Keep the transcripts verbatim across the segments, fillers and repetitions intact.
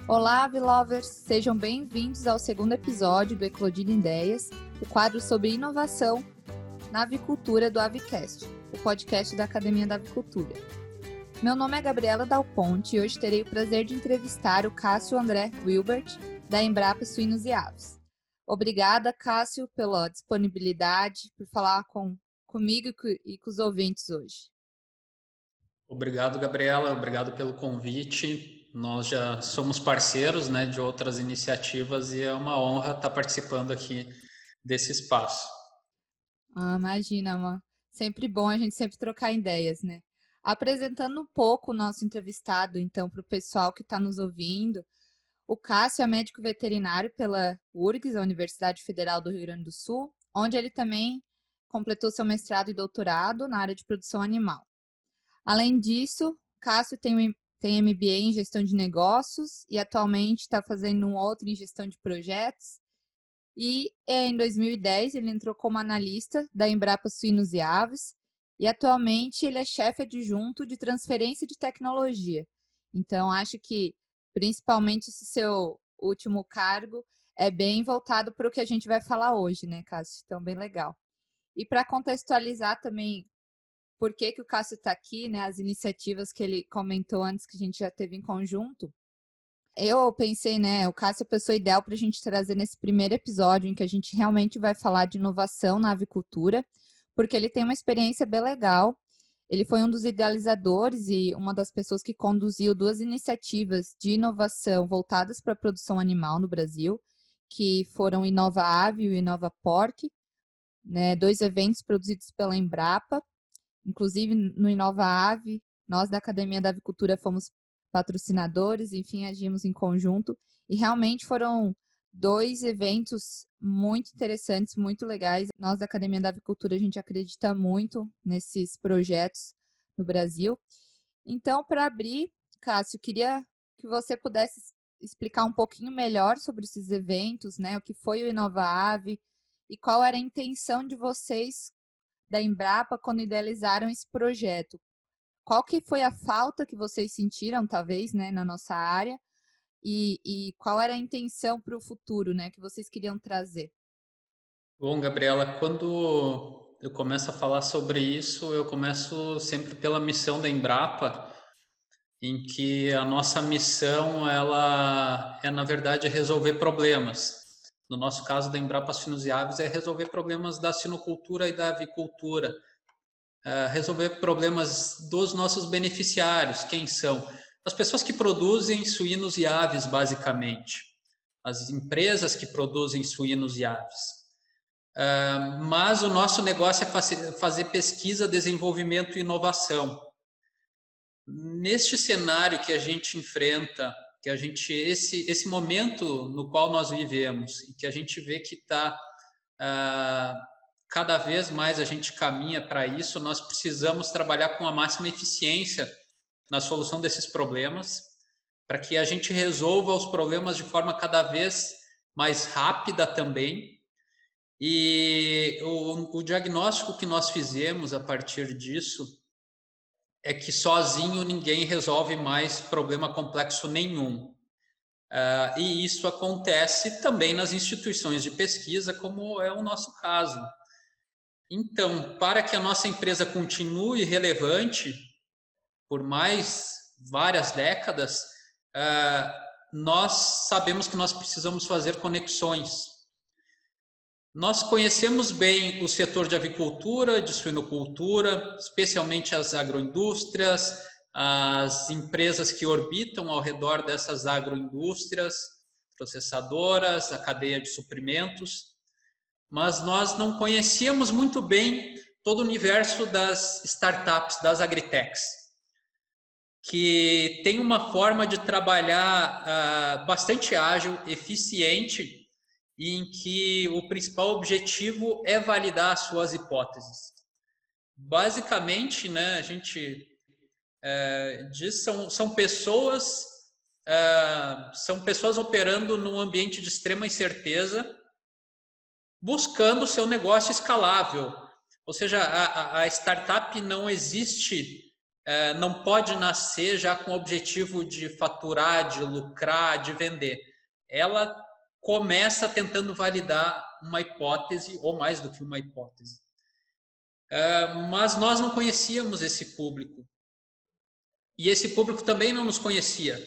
Olá, Avilovers! Sejam bem-vindos ao segundo episódio do Eclodindo Ideias, o quadro sobre inovação na avicultura do Avicast, o podcast da Academia da Avicultura. Meu nome é Gabriela Dal Ponte e hoje terei o prazer de entrevistar o Cássio André Wilbert, da Embrapa Suínos e Aves. Obrigada, Cássio, pela disponibilidade, por falar com, comigo e com os ouvintes hoje. Obrigado, Gabriela. Obrigado pelo convite. Nós já somos parceiros, né, de outras iniciativas e é uma honra estar participando aqui desse espaço. Ah, imagina, mano. Sempre bom a gente sempre trocar ideias, né? Apresentando um pouco o nosso entrevistado, então, para o pessoal que está nos ouvindo. O Cássio é médico veterinário pela U R G S, a Universidade Federal do Rio Grande do Sul, onde ele também completou seu mestrado e doutorado na área de produção animal. Além disso, Cássio tem, tem M B A em gestão de negócios e atualmente está fazendo um outro em gestão de projetos. E em dois mil e dez ele entrou como analista da Embrapa Suínos e Aves e atualmente ele é chefe adjunto de transferência de tecnologia. Então, acho que principalmente esse seu último cargo é bem voltado para o que a gente vai falar hoje, né, Cássio? Então, bem legal. E para contextualizar também por que, que o Cássio está aqui, né, as iniciativas que ele comentou antes que a gente já teve em conjunto, eu pensei, né, o Cássio é a pessoa ideal para a gente trazer nesse primeiro episódio, em que a gente realmente vai falar de inovação na avicultura, porque ele tem uma experiência bem legal. Ele foi um dos idealizadores e uma das pessoas que conduziu duas iniciativas de inovação voltadas para a produção animal no Brasil, que foram o Inova Ave e o Inova Porc, né, dois eventos produzidos pela Embrapa. Inclusive, no Inova Ave, nós da Academia da Avicultura fomos patrocinadores, enfim, agimos em conjunto. E realmente foram dois eventos muito interessantes, muito legais. Nós da Academia da Avicultura, a gente acredita muito nesses projetos no Brasil. Então, para abrir, Cássio, queria que você pudesse explicar um pouquinho melhor sobre esses eventos, né? O que foi o Inova Ave e qual era a intenção de vocês da Embrapa quando idealizaram esse projeto. Qual que foi a falta que vocês sentiram, talvez, né, na nossa área? E, e qual era a intenção para o futuro, né, que vocês queriam trazer? Bom, Gabriela, quando eu começo a falar sobre isso, eu começo sempre pela missão da Embrapa, em que a nossa missão ela é, na verdade, resolver problemas. No nosso caso da Embrapa Suínos e Aves, é resolver problemas da sinocultura e da avicultura. Uh, resolver problemas dos nossos beneficiários. Quem são? As pessoas que produzem suínos e aves, basicamente. As empresas que produzem suínos e aves. Uh, mas o nosso negócio é fazer pesquisa, desenvolvimento e inovação. Neste cenário que a gente enfrenta, que a gente esse esse momento no qual nós vivemos e que a gente vê que está uh, cada vez mais a gente caminha para isso, nós precisamos trabalhar com a máxima eficiência na solução desses problemas, para que a gente resolva os problemas de forma cada vez mais rápida também. E o, o diagnóstico que nós fizemos a partir disso é que sozinho ninguém resolve mais problema complexo nenhum. Uh, e isso acontece também nas instituições de pesquisa, como é o nosso caso. Então, para que a nossa empresa continue relevante por mais várias décadas, uh, nós sabemos que nós precisamos fazer conexões. Nós conhecemos bem o setor de avicultura, de suinocultura, especialmente as agroindústrias, as empresas que orbitam ao redor dessas agroindústrias, processadoras, a cadeia de suprimentos, mas nós não conhecíamos muito bem todo o universo das startups, das agritechs, que tem uma forma de trabalhar uh, bastante ágil, eficiente, e em que o principal objetivo é validar as suas hipóteses. Basicamente, né, a gente uh, diz são são pessoas uh, são pessoas operando num ambiente de extrema incerteza, buscando o seu negócio escalável. Ou seja, a, a startup não existe é, não pode nascer já com o objetivo de faturar, de lucrar, de vender. Ela começa tentando validar uma hipótese, ou mais do que uma hipótese. É, mas nós não conhecíamos esse público. E esse público também não nos conhecia.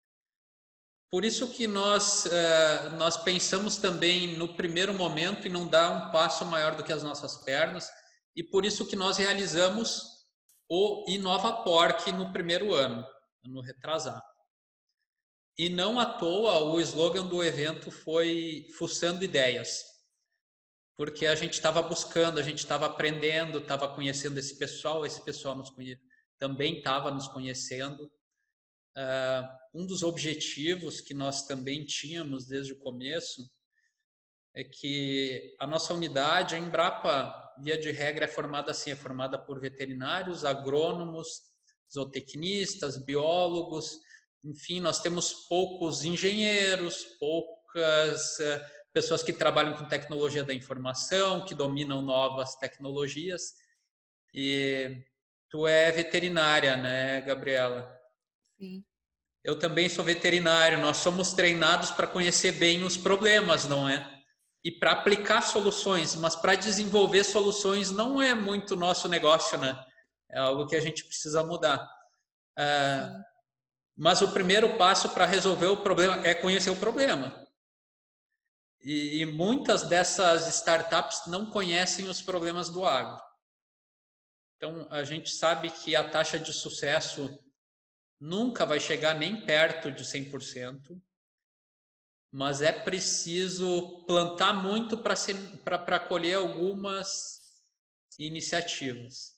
Por isso que nós, uh, nós pensamos também no primeiro momento em não dar um passo maior do que as nossas pernas, e por isso que nós realizamos o Inova Porc no primeiro ano, no retrasado. E não à toa o slogan do evento foi Fuçando Ideias, porque a gente estava buscando, a gente estava aprendendo, estava conhecendo esse pessoal, esse pessoal nos conhe... também estava nos conhecendo. Uh, um dos objetivos que nós também tínhamos desde o começo é que a nossa unidade, a Embrapa, via de regra, é formada assim, é formada por veterinários, agrônomos, zootecnistas, biólogos, enfim, nós temos poucos engenheiros, poucas uh, pessoas que trabalham com tecnologia da informação, que dominam novas tecnologias. E tu é veterinária, né, Gabriela? Sim. Eu também sou veterinário. Nós somos treinados para conhecer bem os problemas, não é? E para aplicar soluções, mas para desenvolver soluções não é muito nosso negócio, né? É algo que a gente precisa mudar. É, mas o primeiro passo para resolver o problema é conhecer o problema. E, e muitas dessas startups não conhecem os problemas do agro. Então, a gente sabe que a taxa de sucesso nunca vai chegar nem perto de cem por cento, mas é preciso plantar muito para colher algumas iniciativas.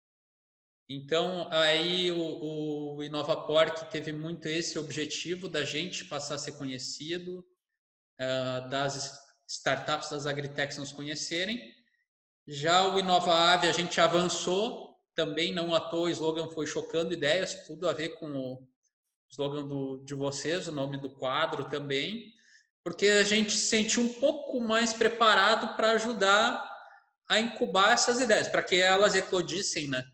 Então, aí o, o InovaPorc teve muito esse objetivo da gente passar a ser conhecido, uh, das startups, das agritechs nos conhecerem. Já o InovaAve a gente avançou, também não à toa o slogan foi Chocando Ideias, tudo a ver com o slogan do, de vocês, o nome do quadro também, porque a gente se sentiu um pouco mais preparado para ajudar a incubar essas ideias, para que elas eclodissem, né?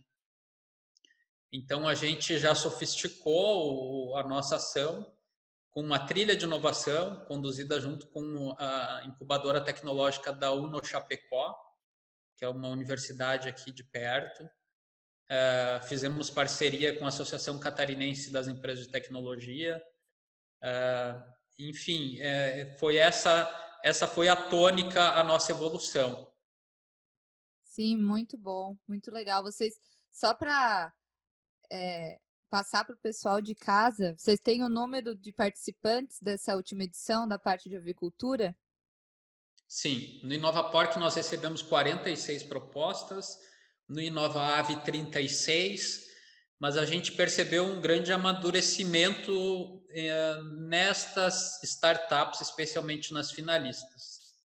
Então a gente já sofisticou a nossa ação com uma trilha de inovação conduzida junto com a incubadora tecnológica da Uno Chapecó, que é uma universidade aqui de perto. Uh, fizemos parceria com a Associação Catarinense das Empresas de Tecnologia. Uh, enfim, é, foi essa, essa foi a tônica, a nossa evolução. Sim, muito bom, muito legal. Vocês, só para é, passar para o pessoal de casa, vocês têm o número de participantes dessa última edição da parte de avicultura? Sim, no InovaPorc nós recebemos quarenta e seis propostas, no InovaAve trinta e seis, mas a gente percebeu um grande amadurecimento eh, nestas startups, especialmente nas finalistas.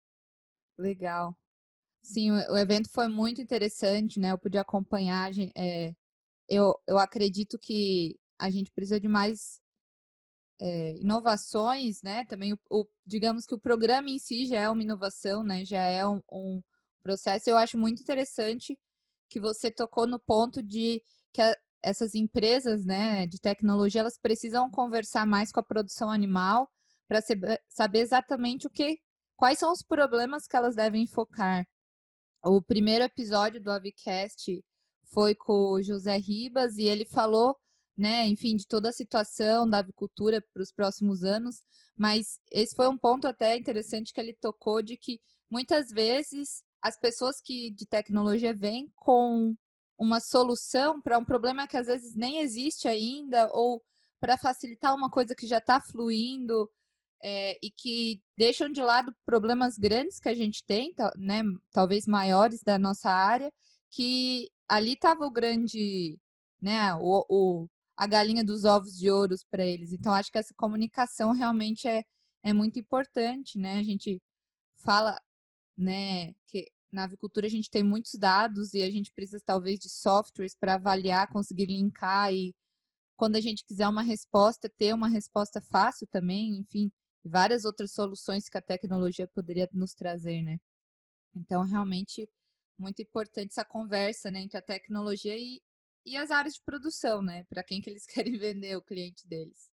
Legal. Sim, o, o evento foi muito interessante, né? Eu pude acompanhar. É, eu, eu acredito que a gente precisa de mais é, inovações, né? Também, o, o, digamos que o programa em si já é uma inovação, né? Já é um, um processo. Eu acho muito interessante que você tocou no ponto de que a, essas empresas, né, de tecnologia, elas precisam conversar mais com a produção animal para saber exatamente o que, quais são os problemas que elas devem focar. O primeiro episódio do Avicast foi com o José Ribas e ele falou, né, enfim, de toda a situação da avicultura para os próximos anos, mas esse foi um ponto até interessante que ele tocou de que muitas vezes as pessoas que de tecnologia vêm com uma solução para um problema que às vezes nem existe ainda ou para facilitar uma coisa que já está fluindo. É, e que deixam de lado problemas grandes que a gente tem, né, talvez maiores da nossa área, que ali estava o grande, né, o, o, a galinha dos ovos de ouros para eles. Então, acho que essa comunicação realmente é, é muito importante, né? A gente fala, né, que na avicultura a gente tem muitos dados e a gente precisa talvez de softwares para avaliar, conseguir linkar e quando a gente quiser uma resposta, ter uma resposta fácil também, enfim, várias outras soluções que a tecnologia poderia nos trazer, né? Então, realmente, muito importante essa conversa, né, entre a tecnologia e, e as áreas de produção, né? Para quem que eles querem vender o cliente deles.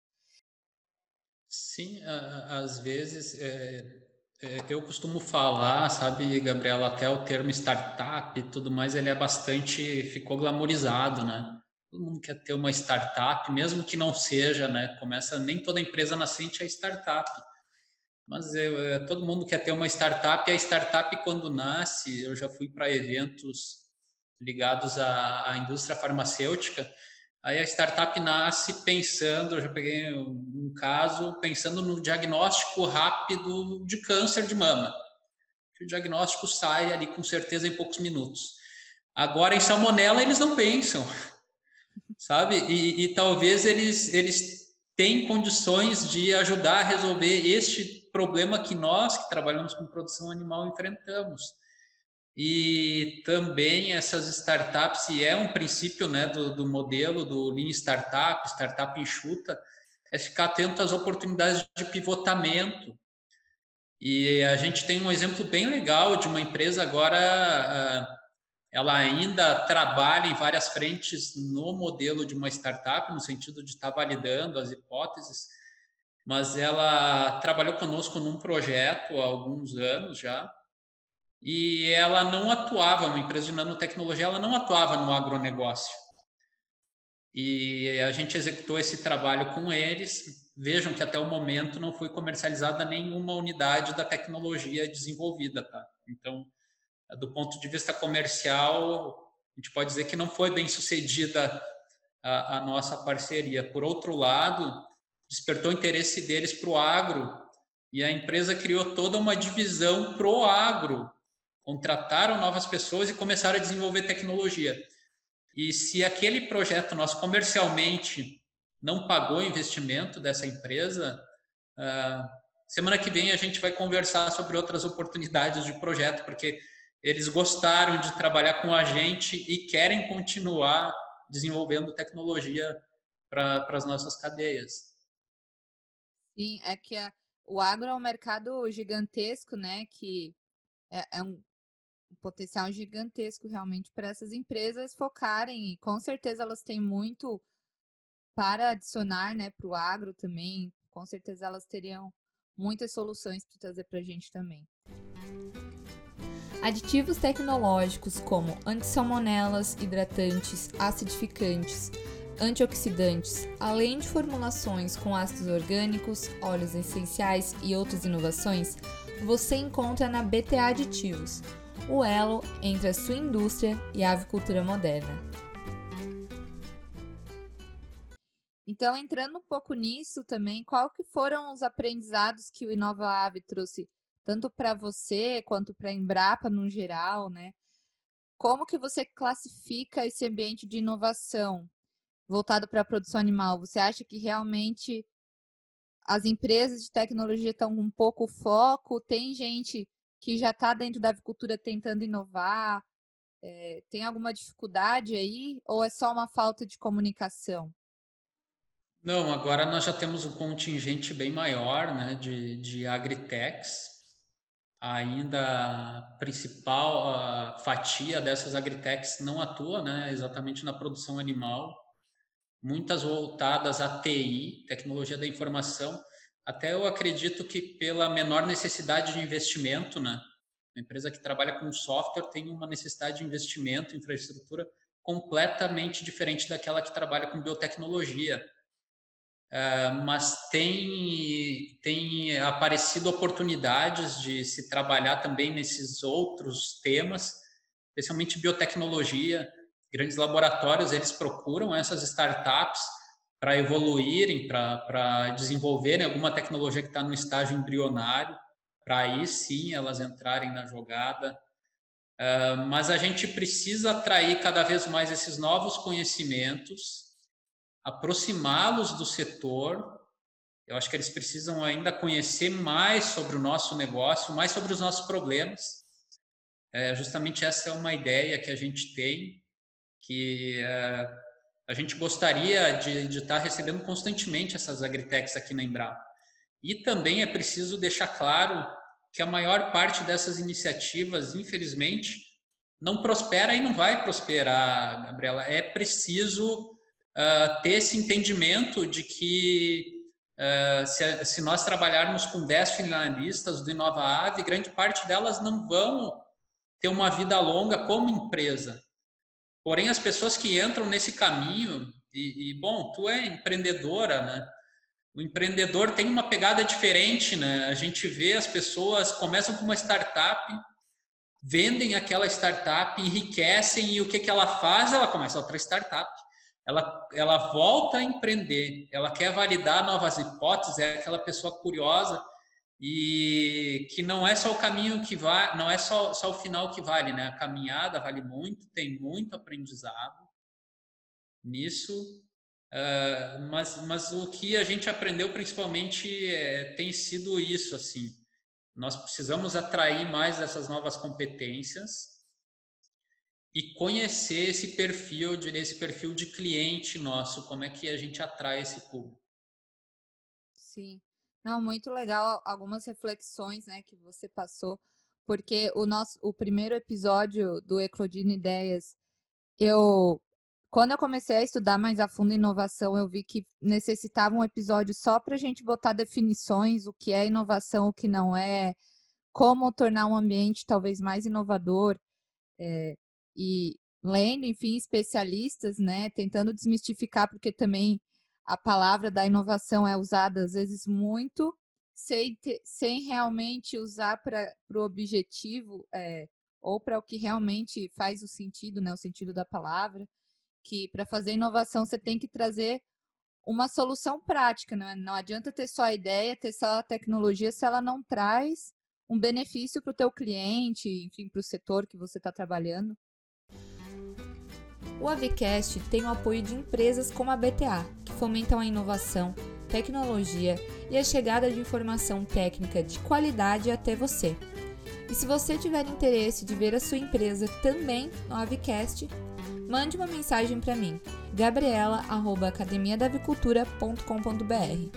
Sim, a- às vezes é, é, eu costumo falar, sabe, Gabriela, até o termo startup e tudo mais, ele é bastante, ficou glamorizado, né? Todo mundo quer ter uma startup, mesmo que não seja, né? Começa, nem toda empresa nascente é startup, mas eu, é, todo mundo quer ter uma startup, e a startup quando nasce, eu já fui para eventos ligados à, à indústria farmacêutica. Aí a startup nasce pensando, eu já peguei um, um caso, pensando no diagnóstico rápido de câncer de mama. Que o diagnóstico sai ali com certeza em poucos minutos. Agora, em salmonela, eles não pensam, sabe? E, e talvez eles, eles têm condições de ajudar a resolver este problema que nós, que trabalhamos com produção animal, enfrentamos. E também essas startups, e é um princípio, né, do, do modelo do Lean Startup, startup enxuta, é ficar atento às oportunidades de pivotamento. E a gente tem um exemplo bem legal de uma empresa agora, ah, ela ainda trabalha em várias frentes no modelo de uma startup, no sentido de estar validando as hipóteses, mas ela trabalhou conosco num projeto há alguns anos já, e ela não atuava, uma empresa de nanotecnologia, ela não atuava no agronegócio. E a gente executou esse trabalho com eles. Vejam que até o momento não foi comercializada nenhuma unidade da tecnologia desenvolvida, tá? Então, do ponto de vista comercial, a gente pode dizer que não foi bem sucedida a, a nossa parceria. Por outro lado, despertou interesse deles para o agro, e a empresa criou toda uma divisão pro agro, contrataram novas pessoas e começaram a desenvolver tecnologia. E se aquele projeto nosso comercialmente não pagou o investimento dessa empresa, uh, semana que vem a gente vai conversar sobre outras oportunidades de projeto, porque eles gostaram de trabalhar com a gente e querem continuar desenvolvendo tecnologia para as nossas cadeias. Sim, é que a, o agro é um mercado gigantesco, né? Que é, é um, um potencial gigantesco realmente para essas empresas focarem, e com certeza elas têm muito para adicionar, né, para o agro também. Com certeza elas teriam muitas soluções para trazer para a gente também. Aditivos tecnológicos como antissalmonelas, hidratantes, acidificantes, antioxidantes, além de formulações com ácidos orgânicos, óleos essenciais e outras inovações, você encontra na B T A Aditivos, o elo entre a sua indústria e a avicultura moderna. Então, entrando um pouco nisso também, qual que foram os aprendizados que o Inova Ave trouxe tanto para você quanto para a Embrapa no geral, né? Como que você classifica esse ambiente de inovação voltado para a produção animal? Você acha que realmente as empresas de tecnologia estão com um pouco foco? Tem gente que já está dentro da avicultura tentando inovar? É, tem alguma dificuldade aí? Ou é só uma falta de comunicação? Não, agora nós já temos um contingente bem maior, né, de, de agritechs. Ainda a principal a fatia dessas agritechs não atua, né, exatamente na produção animal, muitas voltadas à T I, tecnologia da informação. Até eu acredito que pela menor necessidade de investimento, né, uma empresa que trabalha com software tem uma necessidade de investimento, infraestrutura completamente diferente daquela que trabalha com biotecnologia. Uh, mas tem, tem aparecido oportunidades de se trabalhar também nesses outros temas, especialmente biotecnologia. Grandes laboratórios, eles procuram essas startups para evoluírem, para desenvolverem alguma tecnologia que está no estágio embrionário, para aí sim elas entrarem na jogada. Uh, mas a gente precisa atrair cada vez mais esses novos conhecimentos, aproximá-los do setor. Eu acho que eles precisam ainda conhecer mais sobre o nosso negócio, mais sobre os nossos problemas. É, justamente essa é uma ideia que a gente tem, que é, a gente gostaria de, de estar recebendo constantemente essas agritechs aqui na Embrapa. E também é preciso deixar claro que a maior parte dessas iniciativas, infelizmente, não prospera e não vai prosperar, Gabriela. É preciso uh, ter esse entendimento de que uh, se, se nós trabalharmos com dez finalistas do Inova Ave, grande parte delas não vão ter uma vida longa como empresa. Porém, as pessoas que entram nesse caminho, e, e bom, tu é empreendedora, né? O empreendedor tem uma pegada diferente, né? A gente vê as pessoas começam com uma startup, vendem aquela startup, enriquecem e o que, que ela faz? Ela começa outra startup. Ela, ela volta a empreender, ela quer validar novas hipóteses, é aquela pessoa curiosa e que não é só o caminho que vai, não é só, só o final que vale, né? A caminhada vale muito, tem muito aprendizado nisso, uh, mas, mas o que a gente aprendeu principalmente é, tem sido isso, assim, nós precisamos atrair mais essas novas competências e conhecer esse perfil de esse perfil de cliente nosso, como é que a gente atrai esse público. Sim. Não, muito legal algumas reflexões, né, que você passou, porque o nosso o primeiro episódio do Eclodindo Ideias, eu quando eu comecei a estudar mais a fundo inovação, eu vi que necessitava um episódio só para a gente botar definições, o que é inovação, o que não é, como tornar um ambiente talvez mais inovador, é, e lendo, enfim, especialistas, né, tentando desmistificar, porque também a palavra da inovação é usada às vezes muito sem, ter, sem realmente usar para o objetivo é, ou para o que realmente faz o sentido, né, o sentido da palavra, que para fazer inovação você tem que trazer uma solução prática, né? Não adianta ter só a ideia, ter só a tecnologia se ela não traz um benefício para o teu cliente, enfim, para o setor que você está trabalhando. O Avicast tem o apoio de empresas como a B T A, que fomentam a inovação, tecnologia e a chegada de informação técnica de qualidade até você. E se você tiver interesse de ver a sua empresa também no Avicast, mande uma mensagem para mim, gabriela arroba academia da avicultura ponto com ponto b r.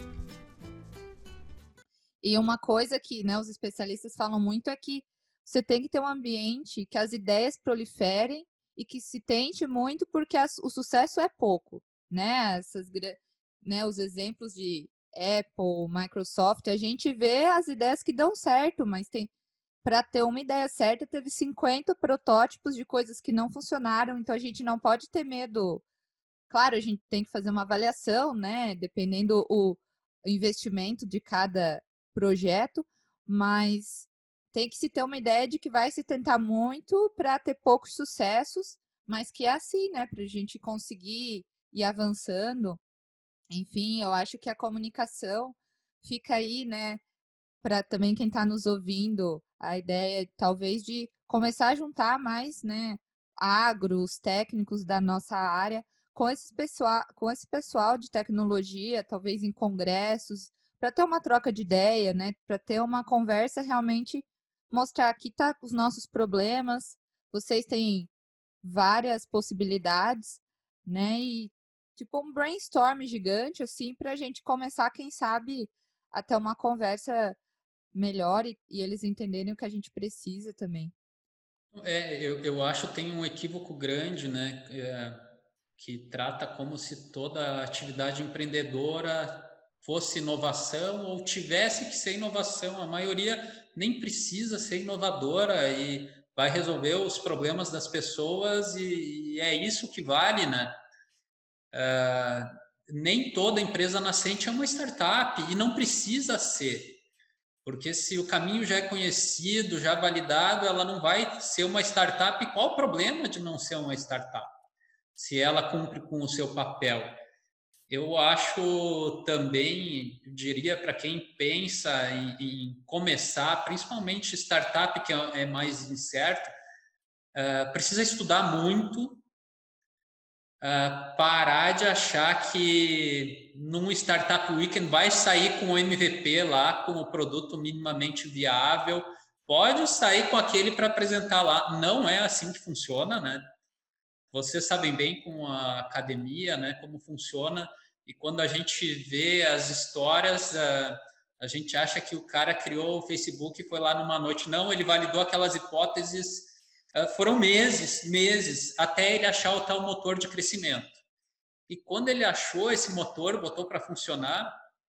E uma coisa que, né, os especialistas falam muito é que você tem que ter um ambiente que as ideias proliferem e que se tente muito porque as, o sucesso é pouco, né? Essas, né? Os exemplos de Apple, Microsoft, a gente vê as ideias que dão certo, mas tem para ter uma ideia certa, teve cinquenta protótipos de coisas que não funcionaram, então a gente não pode ter medo. Claro, a gente tem que fazer uma avaliação, né? Dependendo o investimento de cada projeto, mas tem que se ter uma ideia de que vai se tentar muito para ter poucos sucessos, mas que é assim, né? Para a gente conseguir ir avançando. Enfim, eu acho que a comunicação fica aí, né? Para também quem está nos ouvindo, a ideia talvez de começar a juntar mais, né? Agros, técnicos da nossa área com esse pessoal, com esse pessoal de tecnologia, talvez em congressos, para ter uma troca de ideia, né? Para ter uma conversa realmente mostrar aqui tá os nossos problemas, vocês têm várias possibilidades, né? E tipo um brainstorm gigante assim para a gente começar, quem sabe, a ter uma conversa melhor e, e eles entenderem o que a gente precisa também. É, eu, eu acho que tem um equívoco grande, né? É, que trata como se toda atividade empreendedora fosse inovação ou tivesse que ser inovação. A maioria nem precisa ser inovadora e vai resolver os problemas das pessoas e, e é isso que vale, né? Uh, nem toda empresa nascente é uma startup e não precisa ser, porque se o caminho já é conhecido, já validado, ela não vai ser uma startup. E qual o problema de não ser uma startup? Se ela cumpre com o seu papel. Eu acho também, diria para quem pensa em, em, começar, principalmente startup que é mais incerto, uh, precisa estudar muito, uh, parar de achar que num Startup Weekend vai sair com o M V P lá, com o produto minimamente viável, pode sair com aquele para apresentar lá. Não é assim que funciona, né? Vocês sabem bem com a academia, né, como funciona, e quando a gente vê as histórias, a, a gente acha que o cara criou o Facebook e foi lá numa noite. Não, ele validou aquelas hipóteses Uh, foram meses, meses, até ele achar o tal motor de crescimento. E quando ele achou esse motor, botou para funcionar,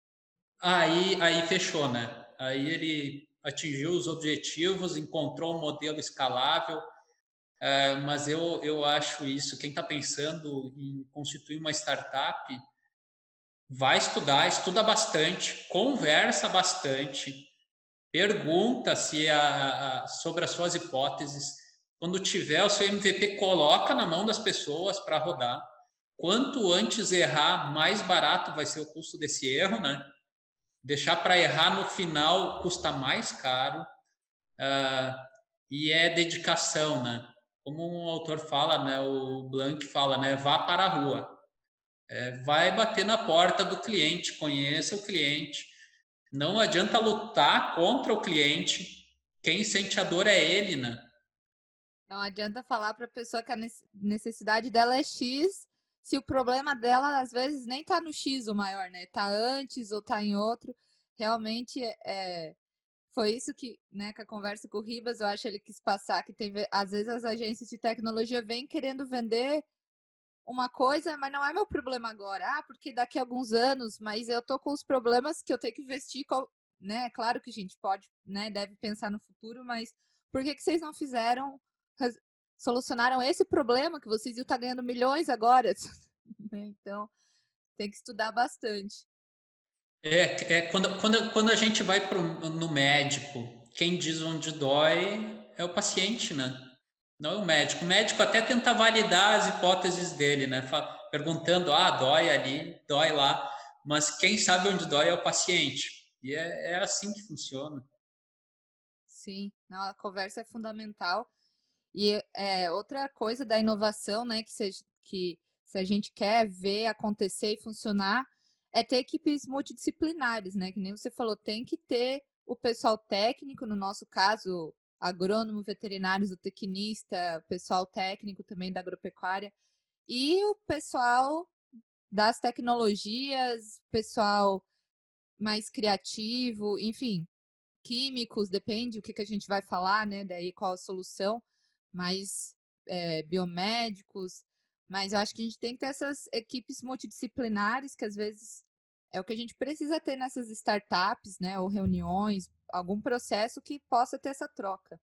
aí, aí fechou, né? Aí ele atingiu os objetivos, encontrou um modelo escalável, uh, mas eu, eu acho isso, quem está pensando em constituir uma startup, vai estudar, estuda bastante, conversa bastante, pergunta se a, a, sobre as suas hipóteses. Quando tiver o seu M V P, coloca na mão das pessoas para rodar. Quanto antes errar, mais barato vai ser o custo desse erro, né? Deixar para errar no final custa mais caro. Uh, e é dedicação, né? Como um autor fala, né? O Blank fala, né? Vá para a rua. É, vai bater na porta do cliente, conheça o cliente. Não adianta lutar contra o cliente. Quem sente a dor é ele, né? Não adianta falar para a pessoa que a necessidade dela é X, se o problema dela às vezes nem tá no X o maior, né? Tá antes ou tá em outro. Realmente é, foi isso que, né, com a conversa com o Ribas, eu acho que ele quis passar, que tem, às vezes as agências de tecnologia vêm querendo vender uma coisa, mas não é meu problema agora. Ah, porque daqui a alguns anos, mas eu tô com os problemas que eu tenho que investir, né? Claro que a gente pode, né, deve pensar no futuro, mas por que que vocês não fizeram, solucionaram esse problema que vocês iam estar ganhando milhões agora? Então, tem que estudar bastante. É, é quando, quando, quando a gente vai pro, no médico, quem diz onde dói é o paciente, né? Não é o médico. O médico até tenta validar as hipóteses dele, né? Perguntando, ah, dói ali, dói lá. Mas quem sabe onde dói é o paciente. E é, é assim que funciona. Sim, não, a conversa é fundamental. E é, outra coisa da inovação, né, que se, que se a gente quer ver acontecer e funcionar, é ter equipes multidisciplinares, né? Que nem você falou, tem que ter o pessoal técnico, no nosso caso, agrônomo, veterinário, zootecnista, pessoal técnico também da agropecuária, e o pessoal das tecnologias, pessoal mais criativo, enfim, químicos, depende o que, que a gente vai falar, né? Daí qual a solução, mas é, biomédicos, mas eu acho que a gente tem que ter essas equipes multidisciplinares, que às vezes é o que a gente precisa ter nessas startups, né? Ou reuniões, algum processo que possa ter essa troca.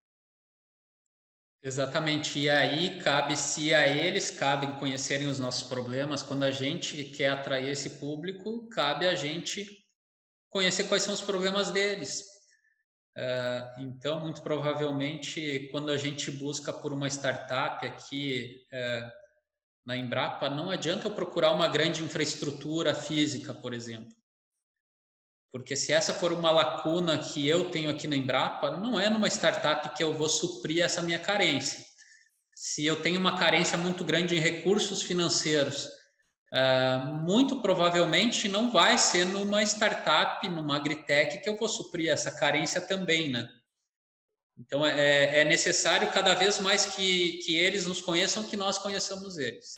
Exatamente. E aí cabe, se a eles cabem conhecerem os nossos problemas, quando a gente quer atrair esse público, cabe a gente conhecer quais são os problemas deles. Uh, então, muito provavelmente, quando a gente busca por uma startup aqui uh, na Embrapa, não adianta eu procurar uma grande infraestrutura física, por exemplo. Porque se essa for uma lacuna que eu tenho aqui na Embrapa, não é numa startup que eu vou suprir essa minha carência. Se eu tenho uma carência muito grande em recursos financeiros, uh, muito provavelmente não vai ser numa startup, numa agritech, que eu vou suprir essa carência também, né? Então, é, é necessário cada vez mais que, que eles nos conheçam, que nós conheçamos eles.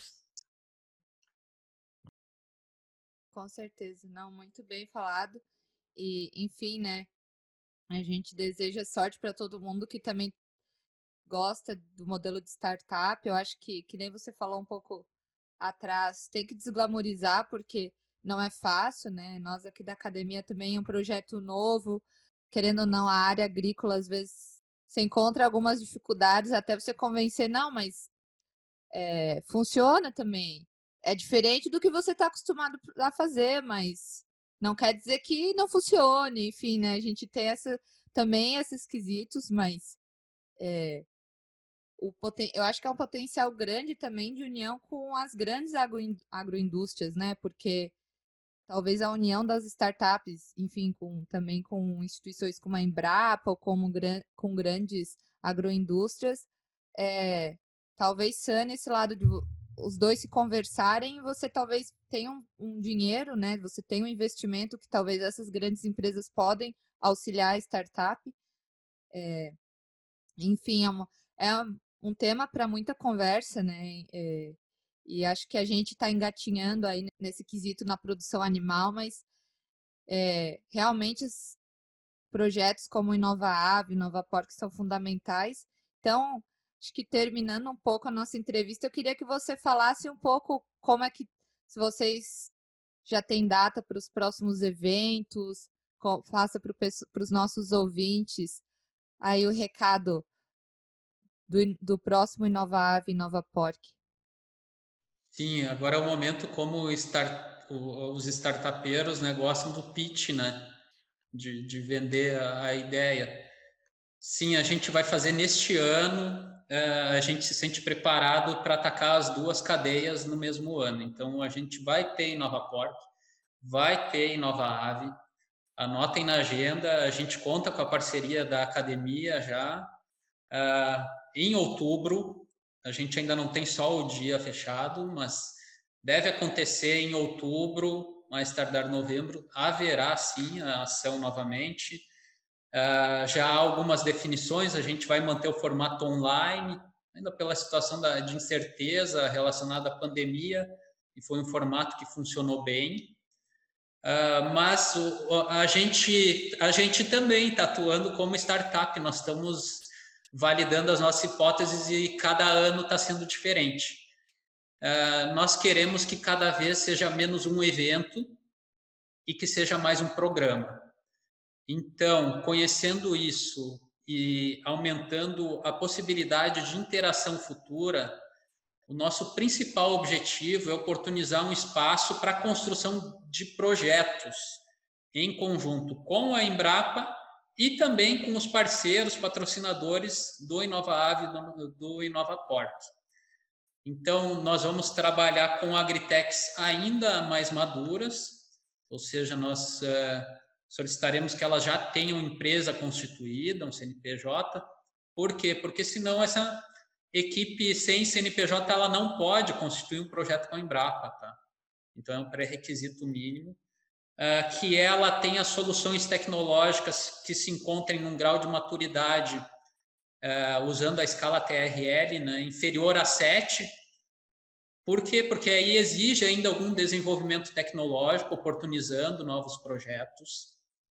Com certeza, não, muito bem falado. E, enfim, né, a gente deseja sorte para todo mundo que também gosta do modelo de startup. Eu acho que, que nem você falou um pouco atrás, tem que desglamorizar, porque não é fácil, né? Nós aqui da academia também é um projeto novo, querendo ou não, a área agrícola, às vezes, você encontra algumas dificuldades até você convencer, não, mas é, funciona também. É diferente do que você está acostumado a fazer, mas não quer dizer que não funcione. Enfim, né? A gente tem essa, também esses quesitos, mas é, o poten... eu acho que é um potencial grande também de união com as grandes agro... agroindústrias, né? Porque talvez a união das startups, enfim, com, também com instituições como a Embrapa ou como gran... com grandes agroindústrias, é, talvez sane esse lado de os dois se conversarem e você talvez tenha um, um dinheiro, né? Você tem um investimento que talvez essas grandes empresas podem auxiliar a startup. É, enfim, é, uma, é um tema para muita conversa, né? É, e acho que a gente está engatinhando aí nesse quesito na produção animal, mas é, realmente os projetos como o Inova Ave, Inova Porc são fundamentais. Então, acho que terminando um pouco a nossa entrevista, eu queria que você falasse um pouco como é que, se vocês já têm data para os próximos eventos, co- faça para os nossos ouvintes aí o recado do, do próximo Inova Ave, Inova Porc. Sim, agora é o momento como start, o- os startupeiros, né, gostam do pitch, né, de, de vender a, a ideia. Sim, a gente vai fazer neste ano, eh, a gente se sente preparado para atacar as duas cadeias no mesmo ano. Então, a gente vai ter Inova Porc, vai ter Inova Ave. Anotem na agenda, a gente conta com a parceria da academia já. Ah, em outubro, a gente ainda não tem só o dia fechado, mas deve acontecer em outubro, mais tardar novembro, haverá sim a ação novamente. Uh, já há algumas definições, a gente vai manter o formato online, ainda pela situação da, de incerteza relacionada à pandemia, e foi um formato que funcionou bem. Uh, mas o, a, gente, a gente também está atuando como startup, nós estamos validando as nossas hipóteses e cada ano está sendo diferente. Uh, nós queremos que cada vez seja menos um evento e que seja mais um programa. Então, conhecendo isso e aumentando a possibilidade de interação futura, o nosso principal objetivo é oportunizar um espaço para a construção de projetos em conjunto com a Embrapa e também com os parceiros, patrocinadores do Inova Ave e do Inova Porc. Então, nós vamos trabalhar com agritechs ainda mais maduras, ou seja, nós uh, solicitaremos que elas já tenham empresa constituída, um C N P J. Por quê? Porque senão essa equipe sem C N P J ela não pode constituir um projeto com a Embrapa, tá? Então é um pré-requisito mínimo uh, que ela tenha soluções tecnológicas que se encontrem num grau de maturidade uh, usando a escala T R L, né, inferior a sete. Por quê? Porque aí exige ainda algum desenvolvimento tecnológico, oportunizando novos projetos.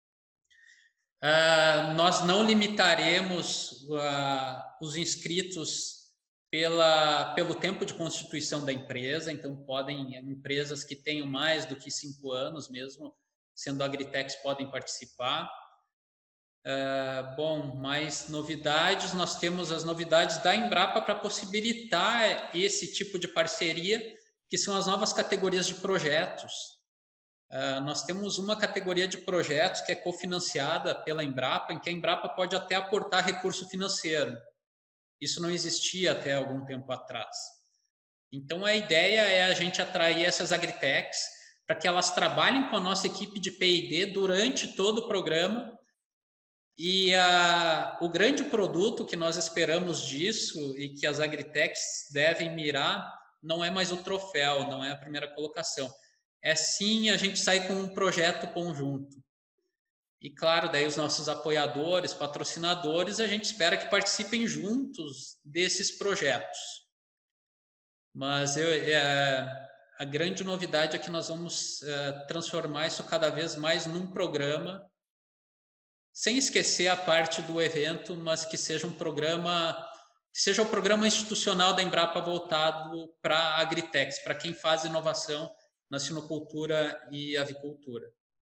Uh, nós não limitaremos uh, os inscritos pela, pelo tempo de constituição da empresa, então podem, empresas que tenham mais do que cinco anos mesmo, sendo agritechs, podem participar. Uh, bom, mais novidades, nós temos as novidades da Embrapa para possibilitar esse tipo de parceria, que são as novas categorias de projetos. Uh, nós temos uma categoria de projetos que é cofinanciada pela Embrapa, em que a Embrapa pode até aportar recurso financeiro. Isso não existia até algum tempo atrás. Então, a ideia é a gente atrair essas agritechs para que elas trabalhem com a nossa equipe de P e D durante todo o programa. E a, o grande produto que nós esperamos disso e que as agritechs devem mirar não é mais o troféu, não é a primeira colocação. É sim a gente sair com um projeto conjunto. E claro, daí os nossos apoiadores, patrocinadores, a gente espera que participem juntos desses projetos. Mas eu, é, a grande novidade é que nós vamos é, transformar isso cada vez mais num programa, sem esquecer a parte do evento, mas que seja um programa, que seja o programa institucional da Embrapa voltado para agritechs, para quem faz inovação na sinocultura e avicultura.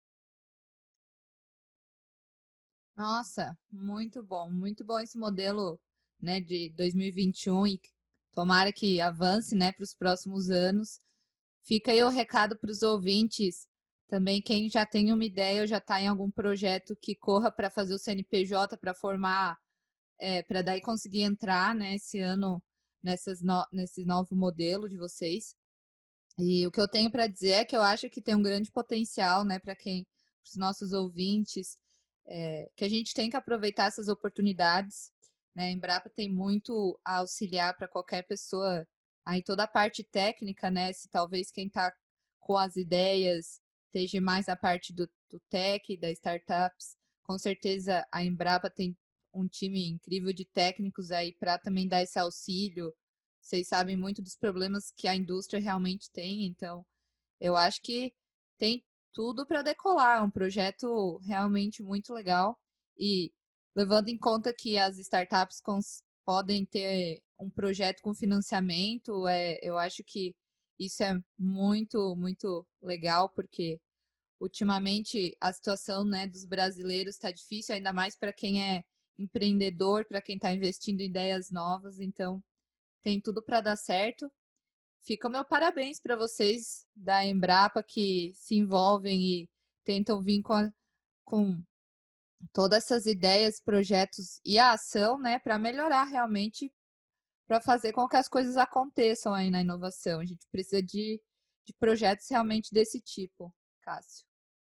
Nossa, muito bom, muito bom esse modelo, né, de dois mil e vinte e um e tomara que avance, né, para os próximos anos. Fica aí o recado para os ouvintes, também quem já tem uma ideia ou já está em algum projeto que corra para fazer o C N P J para formar, é, para daí conseguir entrar, né, esse ano nessas no, nesse novo modelo de vocês. E o que eu tenho para dizer é que eu acho que tem um grande potencial, né, para quem, para os nossos ouvintes, é, que a gente tem que aproveitar essas oportunidades, né? A Embrapa tem muito a auxiliar para qualquer pessoa, aí toda a parte técnica, né? Se talvez quem está com as ideias esteja mais a parte do, do tech, das startups, com certeza a Embrapa tem um time incrível de técnicos aí para também dar esse auxílio. Vocês sabem muito dos problemas que a indústria realmente tem, então eu acho que tem tudo para decolar. É um projeto realmente muito legal. E levando em conta que as startups podem ter um projeto com financiamento. É, eu acho que isso é muito, muito legal, porque ultimamente a situação, né, dos brasileiros está difícil, ainda mais para quem é empreendedor, para quem está investindo em ideias novas. Então, tem tudo para dar certo. Fica o meu parabéns para vocês da Embrapa que se envolvem e tentam vir com, a, com todas essas ideias, projetos e a ação, né, para melhorar realmente, para fazer com que as coisas aconteçam aí na inovação. A gente precisa de, de projetos realmente desse tipo, Cássio.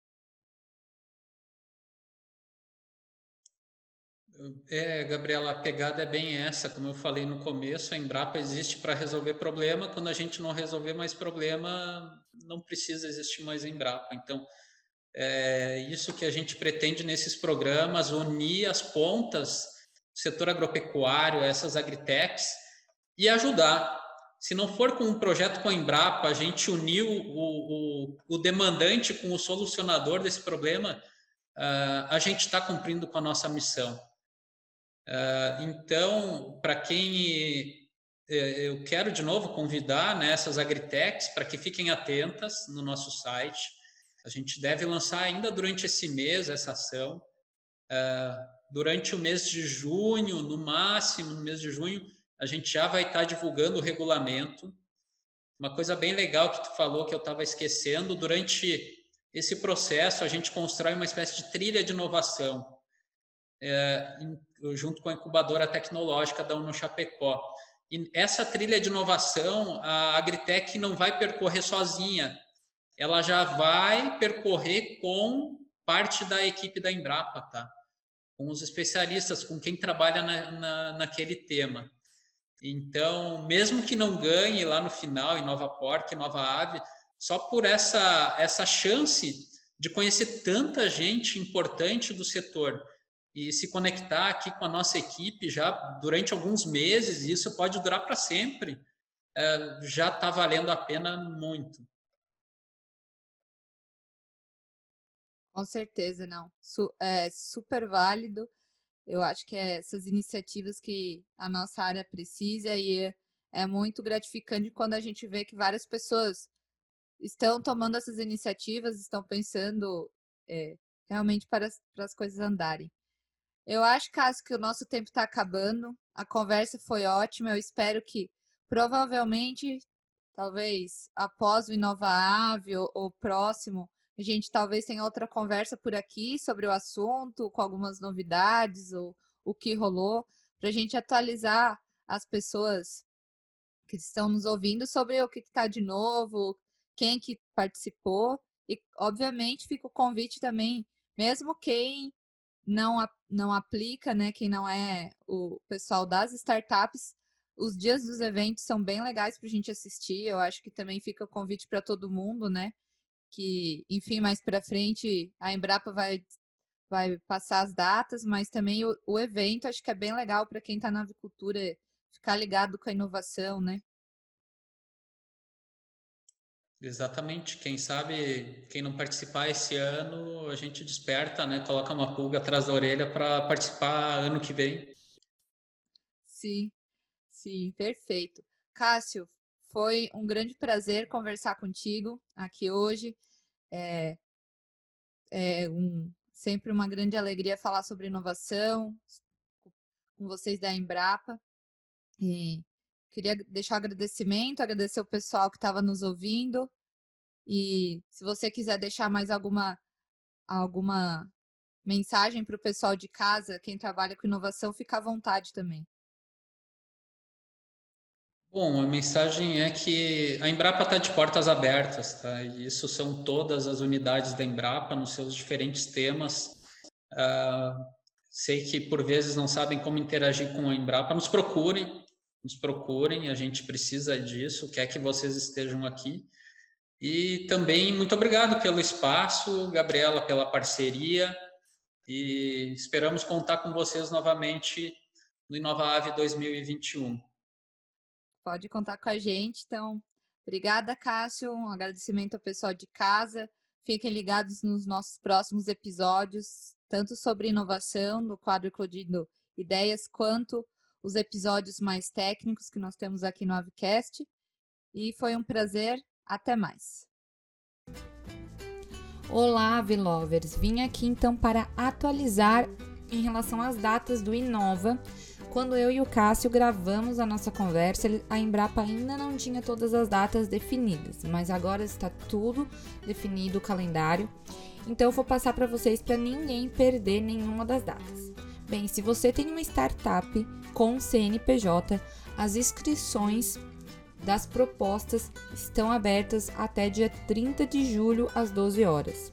É, Gabriela, a pegada é bem essa. Como eu falei no começo, a Embrapa existe para resolver problema. Quando a gente não resolver mais problema, não precisa existir mais a Embrapa. Então, é isso que a gente pretende nesses programas, unir as pontas do setor agropecuário, essas agritechs, e ajudar. Se não for com um projeto com a Embrapa, a gente uniu o, o, o demandante com o solucionador desse problema, uh, a gente está cumprindo com a nossa missão. Uh, então, para quem eu quero de novo convidar, né, essas agritechs para que fiquem atentas no nosso site. A gente deve lançar ainda durante esse mês essa ação. Uh, durante o mês de junho, no máximo no mês de junho, a gente já vai estar divulgando o regulamento. Uma coisa bem legal que tu falou que eu estava esquecendo, durante esse processo a gente constrói uma espécie de trilha de inovação. É, junto com a incubadora tecnológica da Uno Chapecó. E essa trilha de inovação, a Agritech não vai percorrer sozinha, ela já vai percorrer com parte da equipe da Embrapa, tá? Com os especialistas, com quem trabalha na, na, naquele tema. Então, mesmo que não ganhe lá no final, em Nova Porca, em Nova Ave, só por essa, essa chance de conhecer tanta gente importante do setor e se conectar aqui com a nossa equipe já durante alguns meses, e isso pode durar para sempre, é, já está valendo a pena muito. Com certeza, não. Su é super válido. Eu acho que é essas iniciativas que a nossa área precisa, e é, é muito gratificante quando a gente vê que várias pessoas estão tomando essas iniciativas, estão pensando é, realmente para as, para as coisas andarem. Eu acho, Cássio, que o nosso tempo está acabando. A conversa foi ótima. Eu espero que, provavelmente, talvez após o Inova Ave ou, ou próximo, a gente talvez tenha outra conversa por aqui sobre o assunto, com algumas novidades ou o que rolou, para a gente atualizar as pessoas que estão nos ouvindo sobre o que está de novo, quem que participou. E, obviamente, fica o convite também, mesmo quem não, não aplica, né? Quem não é o pessoal das startups, os dias dos eventos são bem legais para a gente assistir. Eu acho que também fica o convite para todo mundo, né? Que, enfim, mais para frente a Embrapa vai, vai passar as datas, mas também o, o evento acho que é bem legal para quem está na avicultura ficar ligado com a inovação, né? Exatamente. Quem sabe, quem não participar esse ano, a gente desperta, né? Coloca uma pulga atrás da orelha para participar ano que vem. Sim, sim, perfeito. Cássio, foi um grande prazer conversar contigo aqui hoje. É, é um, sempre uma grande alegria falar sobre inovação com vocês da Embrapa. E queria deixar um agradecimento, agradecer o pessoal que estava nos ouvindo. E se você quiser deixar mais alguma, alguma mensagem para o pessoal de casa, quem trabalha com inovação, fica à vontade também. Bom, a mensagem é que a Embrapa está de portas abertas, tá? E isso são todas as unidades da Embrapa nos seus diferentes temas. Uh, sei que por vezes não sabem como interagir com a Embrapa, nos procurem, nos procurem, a gente precisa disso, quer que vocês estejam aqui. E também muito obrigado pelo espaço, Gabriela, pela parceria, e esperamos contar com vocês novamente no Inova Ave dois mil e vinte e um. Pode contar com a gente, então, obrigada, Cássio, um agradecimento ao pessoal de casa, fiquem ligados nos nossos próximos episódios, tanto sobre inovação, no quadro Eclodindo Ideias, quanto os episódios mais técnicos que nós temos aqui no Avicast. E foi um prazer. Até mais. Olá, Avilovers! Vim aqui então para atualizar em relação às datas do Inova. Quando eu e o Cássio gravamos a nossa conversa, a Embrapa ainda não tinha todas as datas definidas, mas agora está tudo definido, o calendário. Então eu vou passar para vocês para ninguém perder nenhuma das datas. Bem, se você tem uma startup com C N P J, as inscrições das propostas estão abertas até dia trinta de julho às doze horas.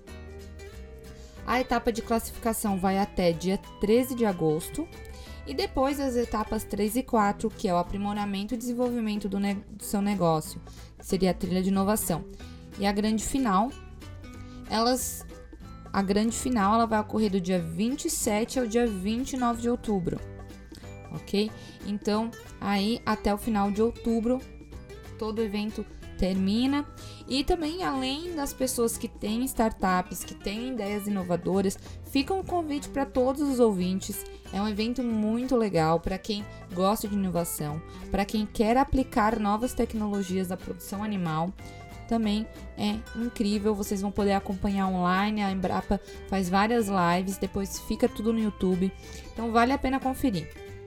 A etapa de classificação vai até dia treze de agosto e depois as etapas três e quatro, que é o aprimoramento e desenvolvimento do, ne- do seu negócio, que seria a trilha de inovação. E a grande final, elas, a grande final ela vai ocorrer do dia vinte e sete ao dia vinte e nove de outubro, ok? Então, aí até o final de outubro, todo o evento termina. E também, além das pessoas que têm startups, que têm ideias inovadoras, fica um convite para todos os ouvintes. É um evento muito legal para quem gosta de inovação, para quem quer aplicar novas tecnologias à produção animal. Também é incrível, vocês vão poder acompanhar online, a Embrapa faz várias lives, depois fica tudo no YouTube, então vale a pena conferir,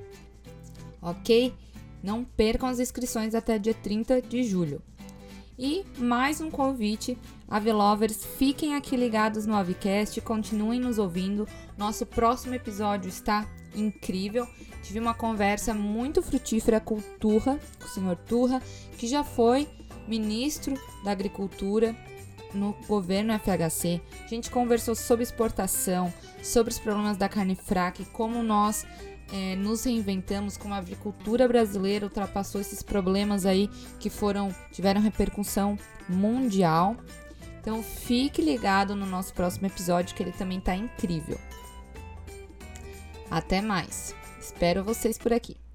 ok? Não percam as inscrições até dia trinta de julho. E mais um convite, Avilovers, fiquem aqui ligados no Avicast, continuem nos ouvindo. Nosso próximo episódio está incrível. Tive uma conversa muito frutífera com o Turra, com o senhor Turra, que já foi ministro da Agricultura no governo F H C. A gente conversou sobre exportação, sobre os problemas da carne fraca e como nós É, nos reinventamos, como a agricultura brasileira ultrapassou esses problemas aí que foram, tiveram repercussão mundial. Então fique ligado no nosso próximo episódio, que ele também tá incrível. Até mais. Espero vocês por aqui.